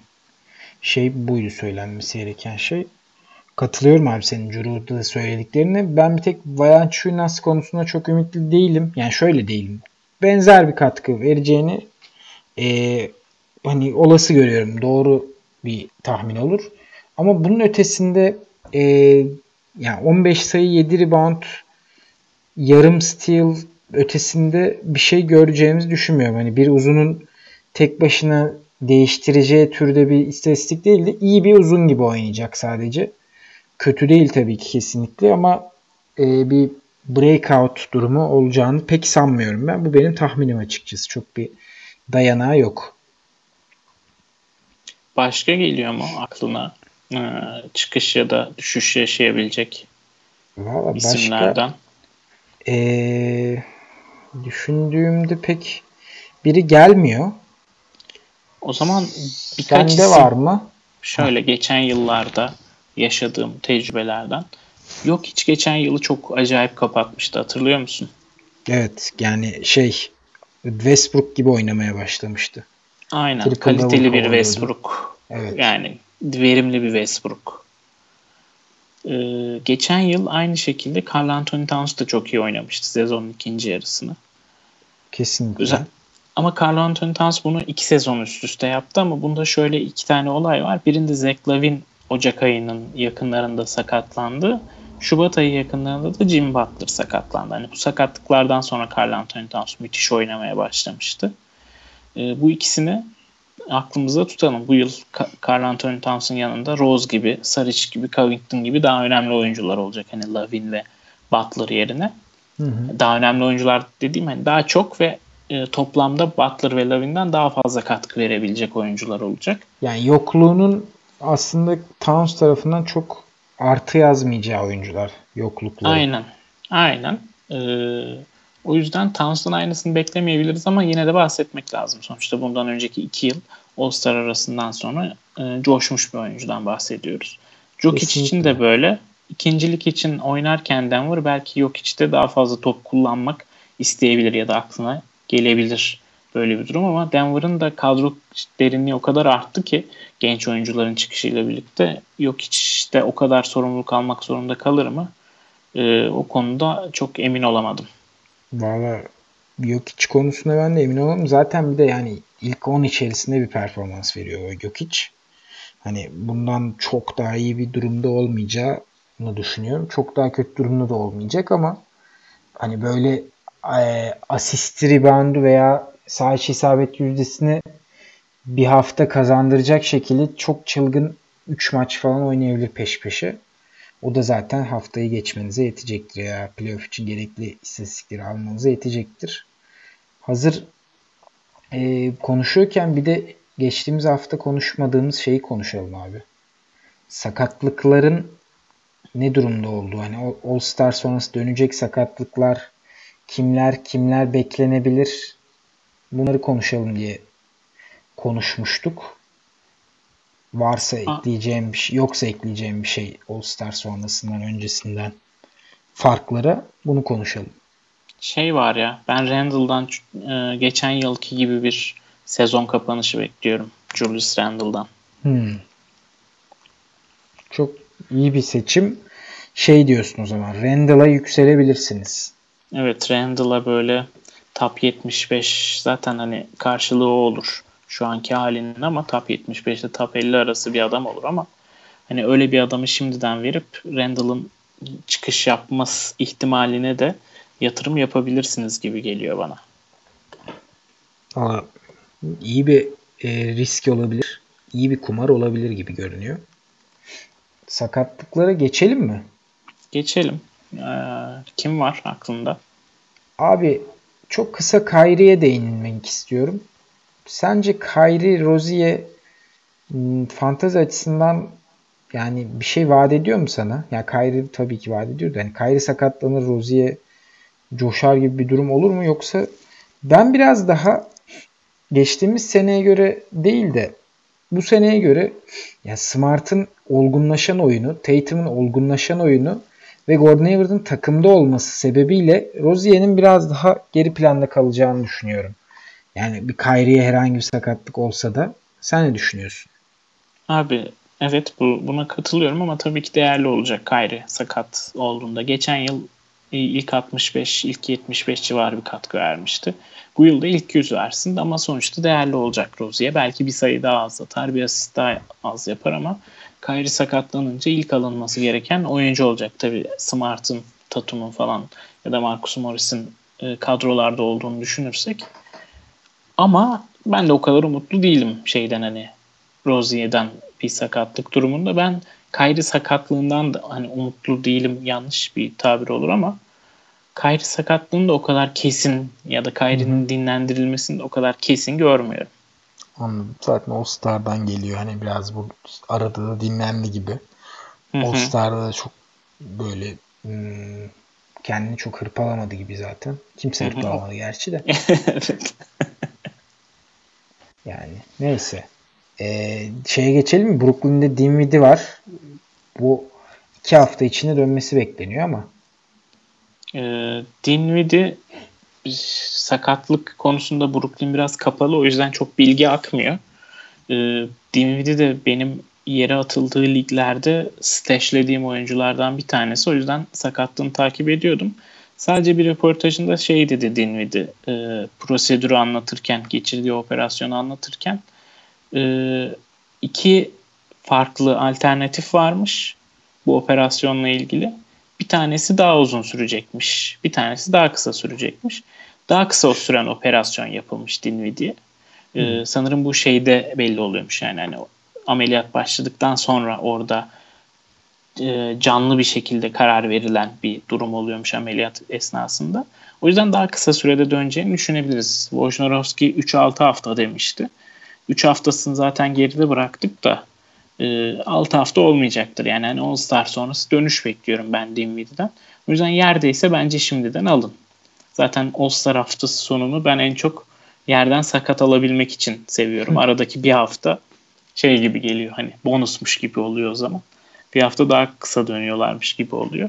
şey buydu, söylenmesi gereken şey. Katılıyorum abi senin Juru'da söylediklerine. Ben bir tek Valanciunas konusunda çok ümitli değilim. Yani şöyle değilim. Benzer bir katkı vereceğini e, hani olası görüyorum. Doğru bir tahmin olur. Ama bunun ötesinde e, yani on beş sayı, yedi rebound, yarım steal ötesinde bir şey göreceğimizi düşünmüyorum. Hani bir uzunun tek başına değiştireceği türde bir istatistik değil de iyi bir uzun gibi oynayacak sadece. Kötü değil tabii ki kesinlikle ama e, bir breakout durumu olacağını pek sanmıyorum ben. Bu benim tahminim açıkçası. Çok bir dayanağı yok. Başka geliyor mu aklına ee, çıkış ya da düşüş yaşayabilecek Valla başka isimlerden? e, düşündüğümde pek biri gelmiyor. O zaman birkaç Sende isim var mı? şöyle Heh. geçen yıllarda yaşadığım tecrübelerden. Yok hiç geçen yılı çok acayip kapatmıştı. Hatırlıyor musun? Evet yani şey Westbrook gibi oynamaya başlamıştı. Aynen. Triple Kaliteli bir kovalıyordu. Westbrook. Evet. Yani verimli bir Westbrook. Ee, geçen yıl aynı şekilde Karl Anthony Towns da çok iyi oynamıştı sezonun ikinci yarısını. Kesinlikle. Güzel. Ama Karl Anthony Towns bunu iki sezon üst üste yaptı ama bunda şöyle iki tane olay var. Birinde Zach Lavin Ocak ayının yakınlarında sakatlandı. Şubat ayı yakınlarında da Jimmy Butler sakatlandı. Hani bu sakatlıklardan sonra Karl Anthony Towns müthiş oynamaya başlamıştı. Ee, bu ikisini aklımızda tutalım. Bu yıl Karl Anthony Towns'ın yanında Rose gibi, Saric gibi, Covington gibi daha önemli oyuncular olacak. Hani Lavin ve Butler yerine. Hı hı. Daha önemli oyuncular dediğim hani daha çok ve e, toplamda Butler ve Lavin'den daha fazla katkı verebilecek oyuncular olacak. Yani yokluğunun aslında Towns tarafından çok artı yazmayacağı oyuncular yoklukları. Aynen. Aynen. Ee, o yüzden Towns'tan aynısını beklemeyebiliriz ama yine de bahsetmek lazım. Sonuçta bundan önceki iki yıl All-Star arasından sonra e, coşmuş bir oyuncudan bahsediyoruz. Jokic için Kesinlikle. de böyle. İkincilik için oynarken Denver belki Jokic'te daha fazla top kullanmak isteyebilir ya da aklına gelebilir böyle bir durum ama Denver'ın da kadro derinliği o kadar arttı ki genç oyuncuların çıkışıyla birlikte Jokic'te o kadar sorumluluk almak zorunda kalır mı? Ee, o konuda çok emin olamadım. Valla Jokic konusunda ben de emin olamadım. Zaten bir de yani ilk on içerisinde bir performans veriyor o Jokic. Hani bundan çok daha iyi bir durumda olmayacağını düşünüyorum. Çok daha kötü durumda da olmayacak ama hani böyle e, asist reboundu veya sağ içi isabet yüzdesini bir hafta kazandıracak şekilde çok çılgın üç maç falan oynayabilir peş peşe. O da zaten haftayı geçmenize yetecektir ya. Playoff için gerekli istatistikleri almanıza yetecektir. Hazır e, konuşuyorken bir de geçtiğimiz hafta konuşmadığımız şeyi konuşalım abi. Sakatlıkların ne durumda olduğu. Hani All Star sonrası dönecek sakatlıklar, kimler kimler beklenebilir, bunları konuşalım diye konuşmuştuk. Varsa A- ekleyeceğim bir şey, yoksa ekleyeceğim bir şey All Star sonrasından öncesinden farklara bunu konuşalım. Şey var ya, ben Randle'dan e, geçen yılki gibi bir sezon kapanışı bekliyorum. Julius Randle'dan. Hmm. Çok iyi bir seçim. Şey diyorsun o zaman. Randall'a yükselebilirsiniz. Evet, Randle'a böyle top yetmiş beş zaten hani karşılığı o olur şu anki halinin ama top yetmiş beş ile top elli arası bir adam olur ama hani öyle bir adamı şimdiden verip Randle'ın çıkış yapması ihtimaline de yatırım yapabilirsiniz gibi geliyor bana. Aa, iyi bir e, risk olabilir. İyi bir kumar olabilir gibi görünüyor. Sakatlıklara geçelim mi? Geçelim. Ee, kim var aklında? Abi çok kısa Kyrie'ye değinmek istiyorum. Sence Kyrie Rozier hmm, fantezi açısından yani bir şey vaat ediyor mu sana? Ya Kyrie tabii ki vaat ediyor da yani Kyrie sakatlanır, Rozier coşar gibi bir durum olur mu? Yoksa ben biraz daha geçtiğimiz seneye göre değil de bu seneye göre ya Smart'ın olgunlaşan oyunu, Tatum'un olgunlaşan oyunu ve Gordon Hayward'ın takımda olması sebebiyle Rozier'in biraz daha geri planda kalacağını düşünüyorum. Yani bir Kyrie'ye herhangi bir sakatlık olsa da sen ne düşünüyorsun? Abi evet bu, buna katılıyorum ama tabii ki değerli olacak Kyrie sakat olduğunda. Geçen yıl ilk altmış beş, ilk yetmiş beş civarı bir katkı vermişti. Bu yıl da ilk yüz versin ama sonuçta değerli olacak Rozier. Belki bir sayı daha az atar, bir asist daha az yapar ama Kyrie sakatlanınca ilk alınması gereken oyuncu olacak. Tabii Smart'ın, Tatum'un falan ya da Marcus Morris'in e, kadrolarda olduğunu düşünürsek. Ama ben de o kadar umutlu değilim şeyden hani Rozier'den bir sakatlık durumunda. Ben Kyrie sakatlığından da hani umutlu değilim yanlış bir tabir olur ama Kyrie sakatlığını da o kadar kesin ya da Hı hı. Kyrie'nin dinlendirilmesini de o kadar kesin görmüyorum. Anladım. Zaten All Star'dan geliyor. Hani biraz bu arada da dinlendi gibi. Hı All hı. Star'da da çok böyle hmm, kendini çok hırpalamadı gibi zaten. Kimse Hı hı. O- hırpalamadı gerçi de. Evet. Yani neyse. Ee, şeye geçelim mi? Brooklyn'de Dinwiddie var. Bu iki hafta içinde dönmesi bekleniyor ama. Ee, Dinwiddie sakatlık konusunda Brooklyn biraz kapalı o yüzden çok bilgi akmıyor. Ee, Dinwiddie de benim yere atıldığı liglerde stashlediğim oyunculardan bir tanesi. O yüzden sakatlığını takip ediyordum. Sadece bir röportajında şey dedi Dinwiddie, e, prosedürü anlatırken, geçirdiği operasyonu anlatırken e, iki farklı alternatif varmış bu operasyonla ilgili. Bir tanesi daha uzun sürecekmiş, bir tanesi daha kısa sürecekmiş. Daha kısa o süren operasyon yapılmış Dinwiddie'ye. Hmm. Ee, sanırım bu şeyde belli oluyormuş yani hani ameliyat başladıktan sonra orada e, canlı bir şekilde karar verilen bir durum oluyormuş ameliyat esnasında. O yüzden daha kısa sürede döneceğini düşünebiliriz. Wojnarowski üç altı hafta demişti. üç haftasını zaten geride bıraktık da e, altı hafta olmayacaktır. Yani hani All-Star sonrası dönüş bekliyorum ben Dinwiddie'den. O yüzden yerdeyse bence şimdiden alın. Zaten All-Star haftası sonunu ben en çok yerden sakat alabilmek için seviyorum. Aradaki bir hafta şey gibi geliyor, hani bonusmuş gibi oluyor o zaman. Bir hafta daha kısa dönüyorlarmış gibi oluyor.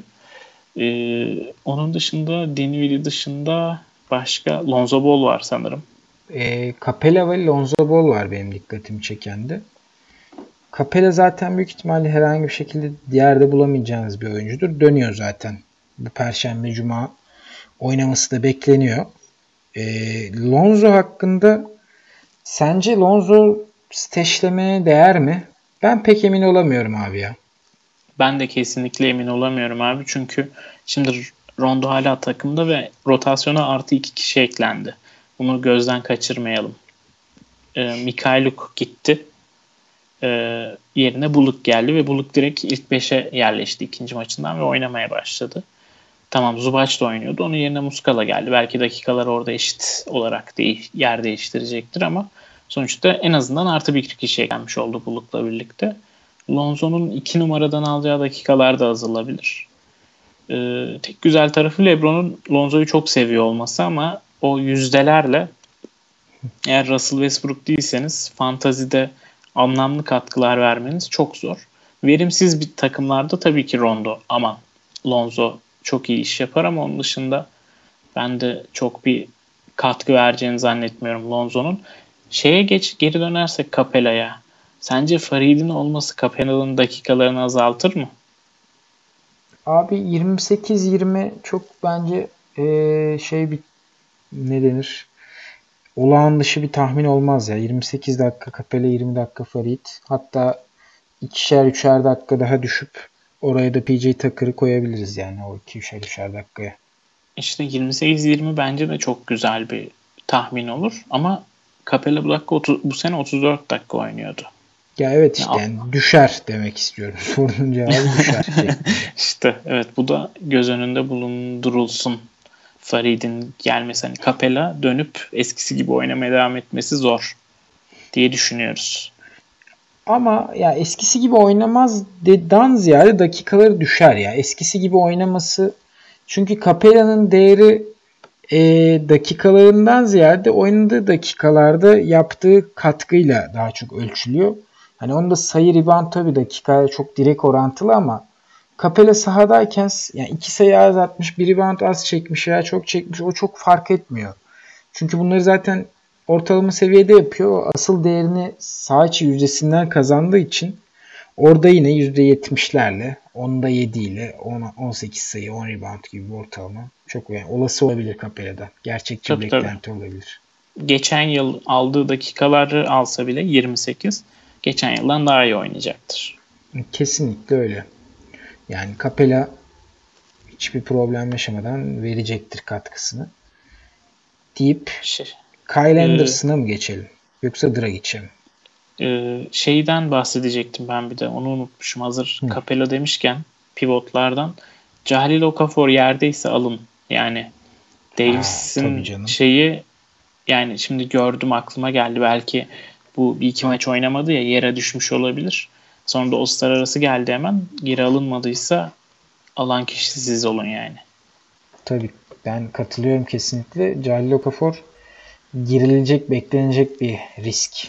Ee, onun dışında Dinwiddie dışında başka Lonzo Ball var sanırım. E, Capela ve Lonzo Ball var benim dikkatimi çeken de. Capela zaten büyük ihtimalle herhangi bir şekilde yerde bulamayacağınız bir oyuncudur. Dönüyor zaten. Bu Perşembe, Cuma oynaması da bekleniyor. E, Lonzo hakkında sence Lonzo steşlemeye değer mi? Ben pek emin olamıyorum abi ya. Ben de kesinlikle emin olamıyorum abi. Çünkü şimdi Rondo hala takımda ve rotasyona artı iki kişi eklendi. Bunu gözden kaçırmayalım. Ee, Mikhailuk gitti. Ee, yerine Buluk geldi ve Buluk direkt ilk beşe yerleşti ikinci maçından ve oynamaya başladı. Tamam, Zubac da oynuyordu. Onun yerine Muscala geldi. Belki dakikalar orada eşit olarak değil, yer değiştirecektir ama sonuçta en azından artı bir kişi eklenmiş oldu Buluk'la birlikte. Lonzo'nun iki numaradan alacağı dakikalar da azalabilir. Ee, tek güzel tarafı LeBron'un Lonzo'yu çok seviyor olması ama o yüzdelerle eğer Russell Westbrook değilseniz fantazide anlamlı katkılar vermeniz çok zor. Verimsiz bir takımlarda tabii ki Rondo ama Lonzo çok iyi iş yapar ama onun dışında ben de çok bir katkı vereceğini zannetmiyorum Lonzo'nun. Şeye geç geri dönersek Capela'ya. Sence Farid'in olması Capela'nın dakikalarını azaltır mı? Abi yirmi sekiz yirmi çok bence ee, şey bir ne denir? Olağan dışı bir tahmin olmaz ya. yirmi sekiz dakika Capela, yirmi dakika Farid. Hatta ikişer üçer dakika daha düşüp oraya da P J Tucker'ı koyabiliriz yani o iki üçer üçer dakikaya. İşte yirmi sekiz yirmi bence de çok güzel bir tahmin olur ama Capella bu, dakika otuz, bu sene otuz dört dakika oynuyordu. Ya evet Ya, işte yani düşer demek istiyorum. Sorunun cevabı düşer şeklinde. İşte evet, bu da göz önünde bulundurulsun. Farid'in gelmesi, hani Capella dönüp eskisi gibi oynamaya devam etmesi zor diye düşünüyoruz. Ama ya eskisi gibi oynamaz dan ziyade dakikaları düşer ya. Eskisi gibi oynaması çünkü Capella'nın değeri e, dakikalarından ziyade oynadığı dakikalarda yaptığı katkıyla daha çok ölçülüyor. Hani onun da sayı rebound tabii dakikaya çok direkt orantılı ama Capella sahadayken yani iki sayı az atmış, bir rebound az çekmiş veya çok çekmiş o çok fark etmiyor. Çünkü bunları zaten ortalama seviyede yapıyor. Asıl değerini saha içi yüzdesinden kazandığı için orada yine yüzde yetmişlerle, onda yedi ile on sekiz sayı, on rebound gibi bir ortalama çok yani olası olabilir Capella'da. Gerçekçi bir Tabii tabii. beklenti olabilir. Geçen yıl aldığı dakikaları alsa bile yirmi sekiz, geçen yıldan daha iyi oynayacaktır. Kesinlikle öyle. Yani Capella hiçbir problem yaşamadan verecektir katkısını. Deyip Şey, Kyle e, Anderson'a mı geçelim? Yoksa Dragic'e mi? e, şeyden bahsedecektim ben, bir de onu unutmuşum. Hazır Hı. Capella demişken pivotlardan Jahlil Okafor yerdeyse alın. Yani Ha, tabii Davis'in canım. şeyi, yani şimdi gördüm aklıma geldi. Belki bu bir iki maç oynamadı ya, yere düşmüş olabilir. Sonra da All-Star arası geldi hemen. Geri alınmadıysa alan kişi siz olun yani. Tabii ben katılıyorum kesinlikle. Jahlil Okafor girilecek, beklenecek bir risk.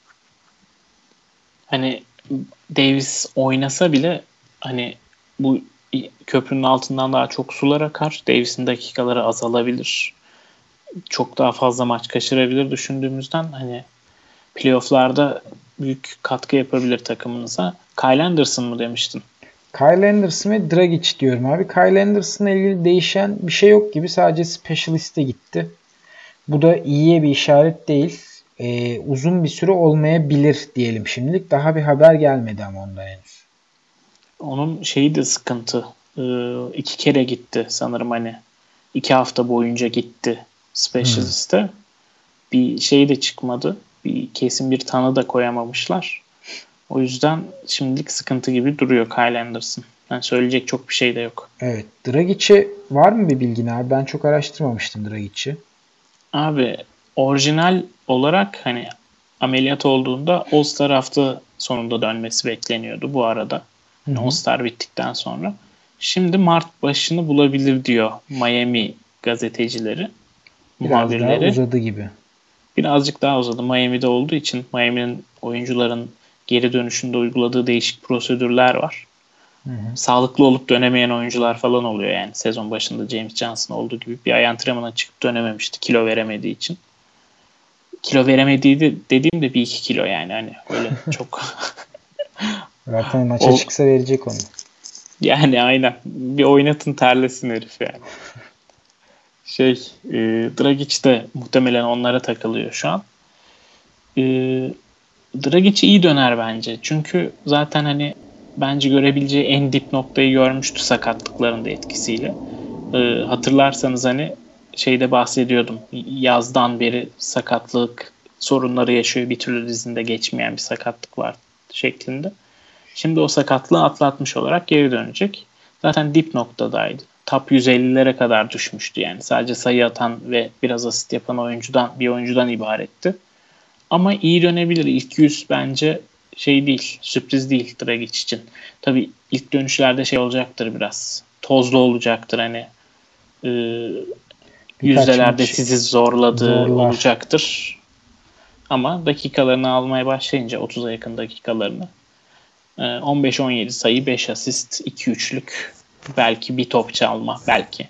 Hani Davis oynasa bile hani bu köprünün altından daha çok sular akar. Davis'in dakikaları azalabilir. Çok daha fazla maç kaçırabilir düşündüğümüzden hani playoff'larda büyük katkı yapabilir takımınıza. Kyle Anderson mı demiştin? Kyle Anderson ve Dragic diyorum abi. Kyle Anderson'la ilgili değişen bir şey yok gibi. Sadece specialist'e gitti. Bu da iyiye bir işaret değil. Ee, uzun bir süre olmayabilir diyelim şimdilik. Daha bir haber gelmedi ama ondan henüz. Onun şeyi de sıkıntı. Ee, iki kere gitti sanırım hani. iki hafta boyunca gitti Hmm. Specialist'e. Bir şey de çıkmadı. Bir kesin bir tanı da koyamamışlar. O yüzden şimdilik sıkıntı gibi duruyor Kyle Anderson. Yani söyleyecek çok bir şey de yok. Evet. Dragic'e var mı bir bilgin abi? Ben çok araştırmamıştım Dragic'i. Abi orijinal olarak hani ameliyat olduğunda All-Star hafta sonunda dönmesi bekleniyordu bu arada. Hı Yani hı. All-Star bittikten sonra. Şimdi Mart başını bulabilir diyor Miami gazetecileri, Biraz daha muhabirleri. uzadı gibi. Birazcık daha uzadı. Miami'de olduğu için Miami'nin oyuncuların geri dönüşünde uyguladığı değişik prosedürler var. Hı hı. Sağlıklı olup dönemeyen oyuncular falan oluyor yani. Sezon başında James Johnson olduğu gibi bir ay antrenmana çıkıp dönememişti kilo veremediği için. Kilo veremediği de dediğim de bir iki kilo yani hani öyle çok Zaten maça o çıksa verecek onu. yani aynen bir oynatın terlesin herif yani. Şey e, Dragic de muhtemelen onlara takılıyor şu an. E, Dragic iyi döner bence. Çünkü zaten hani bence görebileceği en dip noktayı görmüştü sakatlıklarında etkisiyle. E, hatırlarsanız hani şeyde bahsediyordum. Yazdan beri sakatlık sorunları yaşıyor. Bir türlü dizinde geçmeyen bir sakatlık var şeklinde. Şimdi o sakatlığı atlatmış olarak geri dönecek. Zaten dip noktadaydı. Top yüz ellilere kadar düşmüştü yani. Sadece sayı atan ve biraz asist yapan oyuncudan bir oyuncudan ibaretti. Ama iyi dönebilir. İlk yüz bence şey değil, sürpriz değil Dragic için. Tabii ilk dönüşlerde şey olacaktır biraz. Tozlu olacaktır hani. E, Birkaç yüzdelerde maç sizi zorladığı zorlar. olacaktır. Ama dakikalarını almaya başlayınca otuz'a yakın dakikalarını on beş on yedi sayı, beş asist, iki üçlük, belki bir top çalma, belki.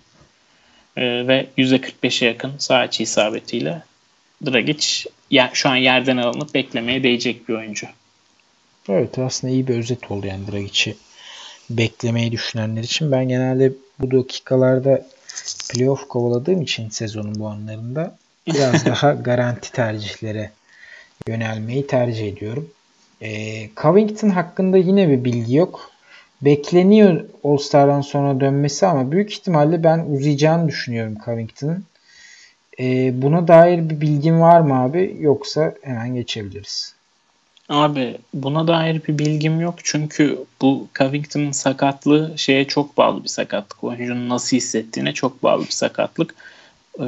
Ee, ve yüzde kırk beşe yakın sağ içi isabetiyle Dragic ya, şu an yerden alınıp beklemeye değecek bir oyuncu. Evet, aslında iyi bir özet oldu yani Dragic'i beklemeyi düşünenler için. Ben genelde bu dakikalarda playoff kovaladığım için sezonun bu anlarında biraz daha garanti tercihlere yönelmeyi tercih ediyorum. Ee, Covington hakkında yine bir bilgi yok. Bekleniyor All-Star'dan sonra dönmesi ama büyük ihtimalle ben uzayacağını düşünüyorum Covington'ın. Ee, buna dair bir bilgin var mı abi? Yoksa hemen geçebiliriz. Abi buna dair bir bilgim yok çünkü bu Covington'ın sakatlığı şeye çok bağlı bir sakatlık. Oyuncunun nasıl hissettiğine çok bağlı bir sakatlık. Ee,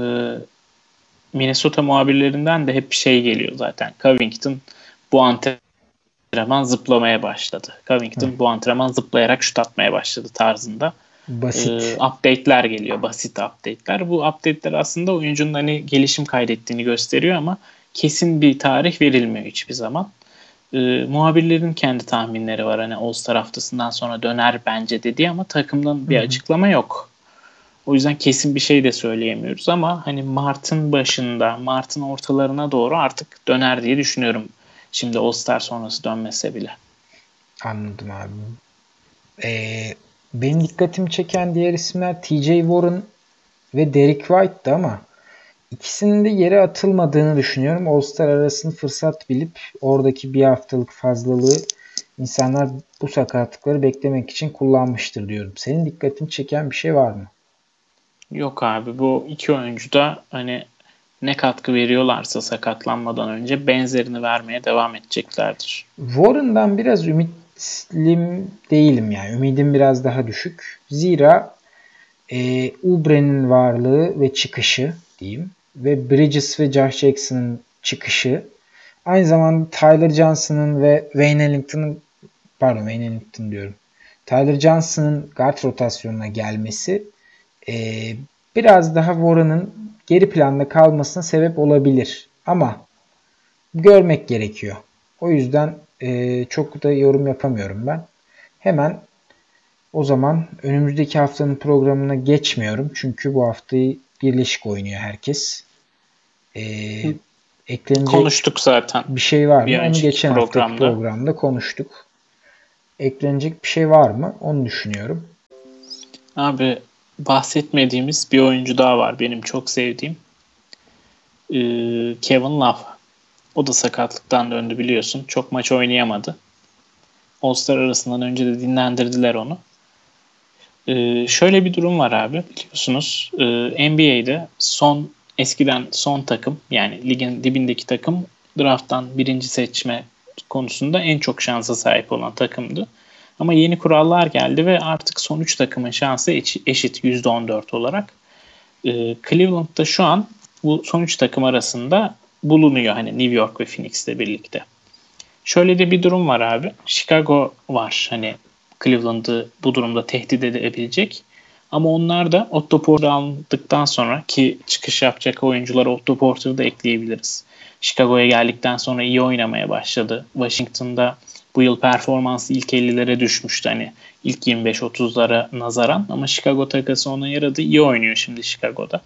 Minnesota muhabirlerinden de hep şey geliyor zaten. Covington bu antrenman zıplamaya başladı. Hı. Covington bu antrenman zıplayarak şut atmaya başladı tarzında e, Basit. update'ler geliyor. Basit update'ler. Bu update'ler aslında oyuncunun hani gelişim kaydettiğini gösteriyor ama kesin bir tarih verilmiyor hiçbir zaman. E, muhabirlerin kendi tahminleri var. Hani All-Star haftasından sonra döner bence dediği ama takımdan Hı bir hı. açıklama yok. O yüzden kesin bir şey de söyleyemiyoruz ama hani Mart'ın başında, Mart'ın ortalarına doğru artık döner diye düşünüyorum. Şimdi All-Star sonrası dönmese bile. Anladım abi. Ee, benim dikkatimi çeken diğer isimler T J Warren ve Derek White'dı ama ikisinin de yere atılmadığını düşünüyorum. All-Star arasını fırsat bilip oradaki bir haftalık fazlalığı insanlar bu sakatlıkları beklemek için kullanmıştır diyorum. Senin dikkatini çeken bir şey var mı? Yok abi bu iki oyuncu da hani ne katkı veriyorlarsa sakatlanmadan önce benzerini vermeye devam edeceklerdir. Warren'dan biraz ümitlim değilim yani. Ümidim biraz daha düşük. Zira e, Oubre'nin varlığı ve çıkışı diyeyim ve Bridges ve Josh Jackson'ın çıkışı, aynı zamanda Tyler Johnson'ın ve Wayne Ellington'ın pardon Wayne Ellington diyorum. Tyler Johnson'ın guard rotasyonuna gelmesi e, biraz daha Warren'ın geri planda kalmasına sebep olabilir. Ama görmek gerekiyor. O yüzden e, çok da yorum yapamıyorum ben. Hemen o zaman önümüzdeki haftanın programına geçmiyorum. Çünkü bu haftayı birleşik oynuyor herkes. Ee, eklenecek Konuştuk zaten bir şey var bir mı? Onu önceki geçen haftaki programda. programda konuştuk. Eklenecek bir şey var mı? Onu düşünüyorum. Abi bahsetmediğimiz bir oyuncu daha var benim çok sevdiğim. Ee, Kevin Love. O da sakatlıktan döndü biliyorsun. Çok maç oynayamadı. All-Star arasından önce de dinlendirdiler onu. Ee, şöyle bir durum var abi biliyorsunuz. Ee, N B A'de son eskiden son takım yani ligin dibindeki takım drafttan birinci seçme konusunda en çok şansa sahip olan takımdı. Ama yeni kurallar geldi ve artık son üç takımın şansı eşit yüzde on dört olarak. Ee, Cleveland'da şu an bu son üç takım arasında bulunuyor hani New York ve Phoenix'le birlikte. Şöyle de bir durum var abi. Chicago var hani Cleveland'ı bu durumda tehdit edebilecek. Ama onlar da Otto Porter aldıktan sonra ki çıkış yapacak oyunculara Otto Porter'ı da ekleyebiliriz. Chicago'ya geldikten sonra iyi oynamaya başladı. Washington'da bu yıl performansı ilk ellilere düşmüştü. Hani ilk yirmi beş otuzlara nazaran. Ama Chicago takası ona yaradı. İyi oynuyor şimdi Chicago'da.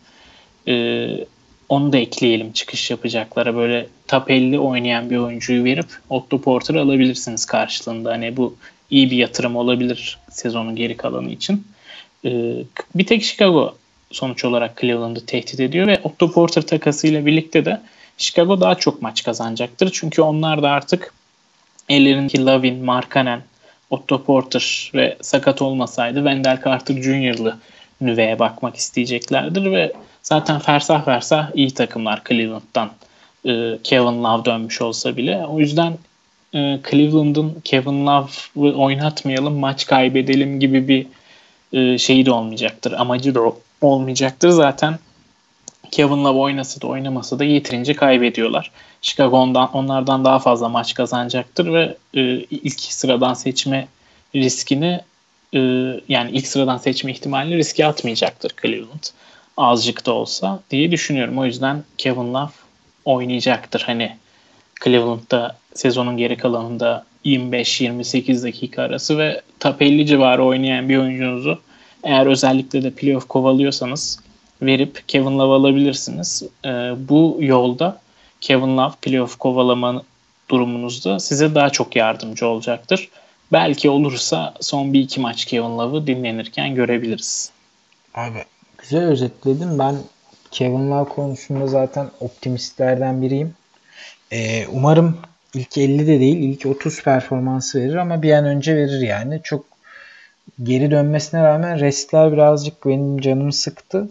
Ee, onu da ekleyelim çıkış yapacaklara. Böyle top elli oynayan bir oyuncuyu verip Otto Porter'ı alabilirsiniz karşılığında. Hani bu iyi bir yatırım olabilir sezonun geri kalanı için. Ee, bir tek Chicago sonuç olarak Cleveland'ı tehdit ediyor ve Otto Porter takasıyla birlikte de Chicago daha çok maç kazanacaktır. Çünkü onlar da artık ellerindeki Lavin, Markkanen, Otto Porter ve sakat olmasaydı Wendell Carter Junior'lı nüveye bakmak isteyeceklerdir ve zaten fersah fersah iyi takımlar Cleveland'dan. Ee, Kevin Love dönmüş olsa bile. O yüzden e, Cleveland'ın Kevin Love'ı oynatmayalım, maç kaybedelim gibi bir e, şeyi de olmayacaktır. Amacı da olmayacaktır. Zaten Kevin Love oynasa da oynamasa da yeterince kaybediyorlar. Chicago ondan, onlardan daha fazla maç kazanacaktır ve e, ilk sıradan seçme riskini e, yani ilk sıradan seçme ihtimalini riske atmayacaktır Cleveland. Azıcık da olsa diye düşünüyorum. O yüzden Kevin Love oynayacaktır. Hani Cleveland'da sezonun geri kalanında yirmi beş yirmi sekiz dakika arası ve top elli civarı oynayan bir oyuncunuzu eğer özellikle de playoff kovalıyorsanız verip Kevin Love alabilirsiniz. Ee, bu yolda Kevin Love playoff kovalama durumunuzda size daha çok yardımcı olacaktır. Belki olursa son bir iki maç Kevin Love'ı dinlenirken görebiliriz. Abi güzel özetledim. Ben Kevin Love konusunda zaten optimistlerden biriyim. Ee, umarım ilk elli de değil ilk otuz performansı verir ama bir an önce verir yani. Çok geri dönmesine rağmen restler birazcık benim canımı sıktı.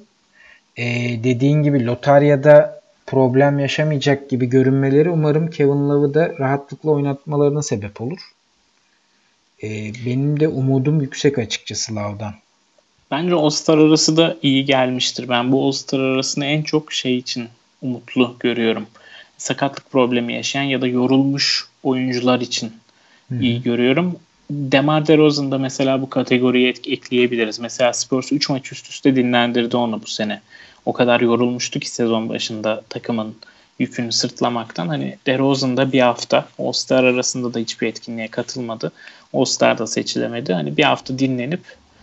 Ee, dediğin gibi lotaryada problem yaşamayacak gibi görünmeleri umarım Kevin Love'ı da rahatlıkla oynatmalarına sebep olur. Ee, benim de umudum yüksek açıkçası Love'dan. Bence All-Star arası da iyi gelmiştir. Ben bu All-Star arasını en çok şey için umutlu görüyorum. Sakatlık problemi yaşayan ya da yorulmuş oyuncular için Hı hı. iyi görüyorum. DeMar DeRozan da mesela bu kategoriye ekleyebiliriz. Mesela Spurs üç maç üst üste dinlendirdi onu bu sene. O kadar yorulmuştu ki sezon başında takımın yükünü sırtlamaktan. Hani DeRozan da bir hafta All-Star arasında da hiçbir etkinliğe katılmadı. All-Star'da seçilemedi. Hani bir hafta dinlenip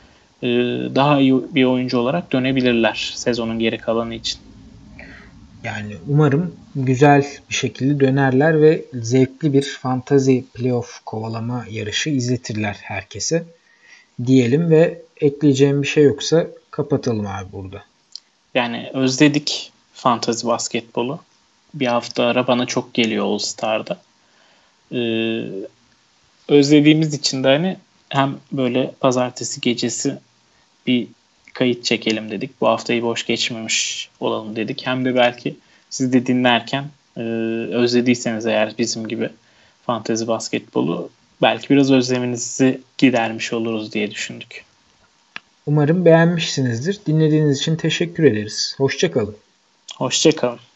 daha iyi bir oyuncu olarak dönebilirler sezonun geri kalanı için. Yani umarım güzel bir şekilde dönerler ve zevkli bir fantasy playoff kovalama yarışı izletirler herkese. Diyelim ve ekleyeceğim bir şey yoksa kapatalım abi burada. Yani özledik fantasy basketbolu. Bir hafta ara bana çok geliyor All Star'da. Ee, özlediğimiz için de hani hem böyle pazartesi gecesi bir kayıt çekelim dedik. Bu haftayı boş geçmemiş olalım dedik. Hem de belki siz de dinlerken e, özlediyseniz eğer bizim gibi fantezi basketbolu belki biraz özleminizi gidermiş oluruz diye düşündük. Umarım beğenmişsinizdir. Dinlediğiniz için teşekkür ederiz. Hoşça kalın. Hoşça kalın.